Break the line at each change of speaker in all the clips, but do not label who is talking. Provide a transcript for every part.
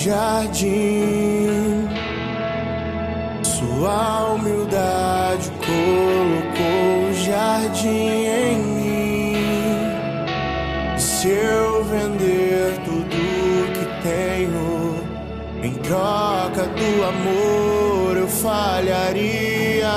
jardim. Sua humildade colocou o jardim em mim. Se eu vender tudo que tenho em troca do amor, eu falharia.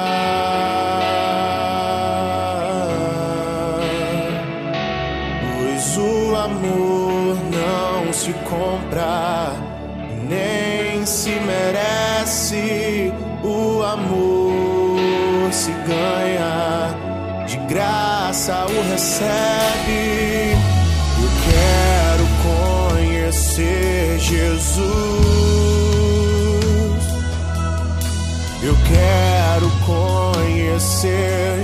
Pois o amor não se compra, nem se merece. O amor se ganha, de graça o recebe. Eu quero conhecer Jesus. Eu quero conhecer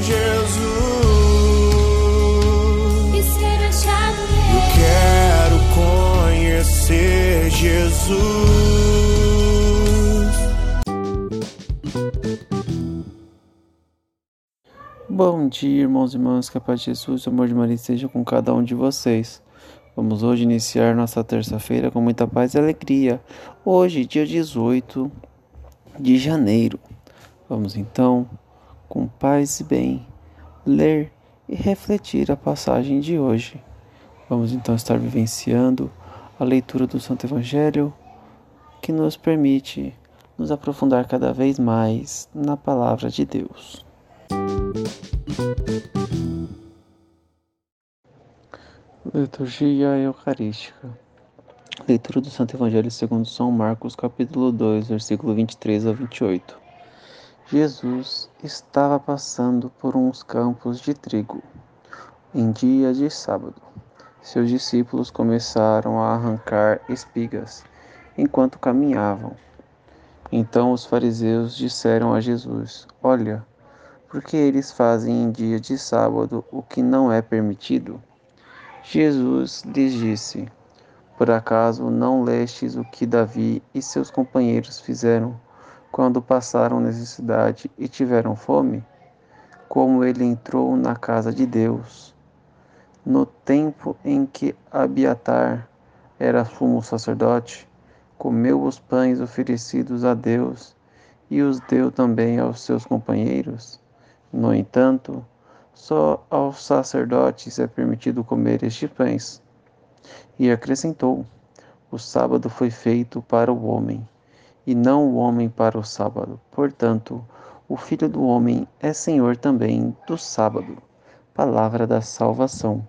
Jesus.
E ser achado nele.
Eu quero conhecer Jesus.
Bom dia, irmãos e irmãs, que a paz de Jesus e o amor de Maria esteja com cada um de vocês. Vamos hoje iniciar nossa terça-feira com muita paz e alegria. Hoje, dia 18 de janeiro. Vamos então, com paz e bem, ler e refletir a passagem de hoje. Vamos então estar vivenciando a leitura do Santo Evangelho, que nos permite nos aprofundar cada vez mais na palavra de Deus. Liturgia Eucarística. Leitura do Santo Evangelho segundo São Marcos, capítulo 2, versículo 23 a 28. Jesus estava passando por uns campos de trigo, em dia de sábado. Seus discípulos começaram a arrancar espigas, enquanto caminhavam. Então os fariseus disseram a Jesus: Olha, por que eles fazem em dia de sábado o que não é permitido? Jesus lhes disse: Por acaso não lestes o que Davi e seus companheiros fizeram quando passaram necessidade e tiveram fome? Como ele entrou na casa de Deus, no tempo em que Abiatar era sumo sacerdote, comeu os pães oferecidos a Deus e os deu também aos seus companheiros? No entanto, só aos sacerdotes é permitido comer estes pães. E acrescentou: O sábado foi feito para o homem, e não o homem para o sábado. Portanto, o Filho do Homem é Senhor também do sábado. Palavra da salvação.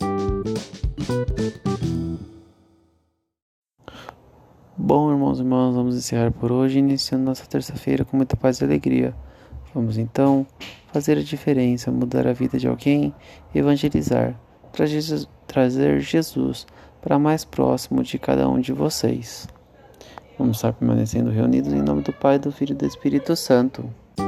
Bom, irmãos e irmãs, vamos encerrar por hoje, iniciando nossa terça-feira com muita paz e alegria. Vamos então fazer a diferença, mudar a vida de alguém, evangelizar, trazer Jesus para mais próximo de cada um de vocês. Vamos estar permanecendo reunidos em nome do Pai, do Filho e do Espírito Santo.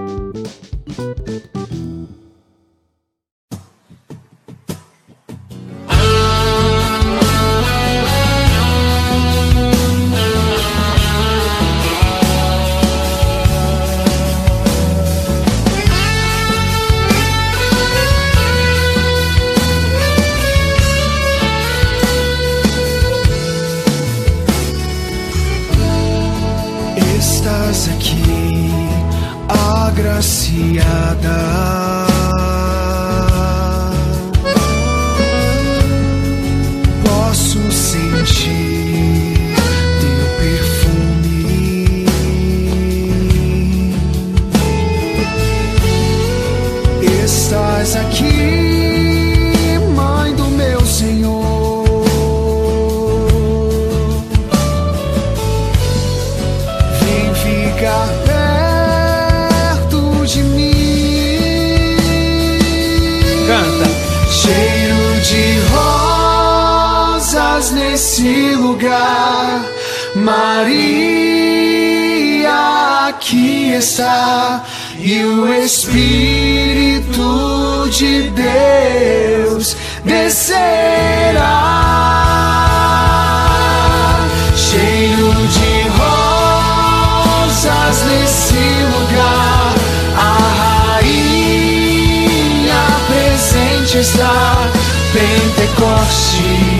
Estás aqui, agraciada, posso sentir teu perfume. Estás aqui, Mãe do meu Senhor. Ficar perto de mim.
Canta.
Cheiro de rosas nesse lugar, Maria aqui está, e o Espírito de Deus descerá. Cheiro de nesse lugar, a rainha presente está. Pentecostes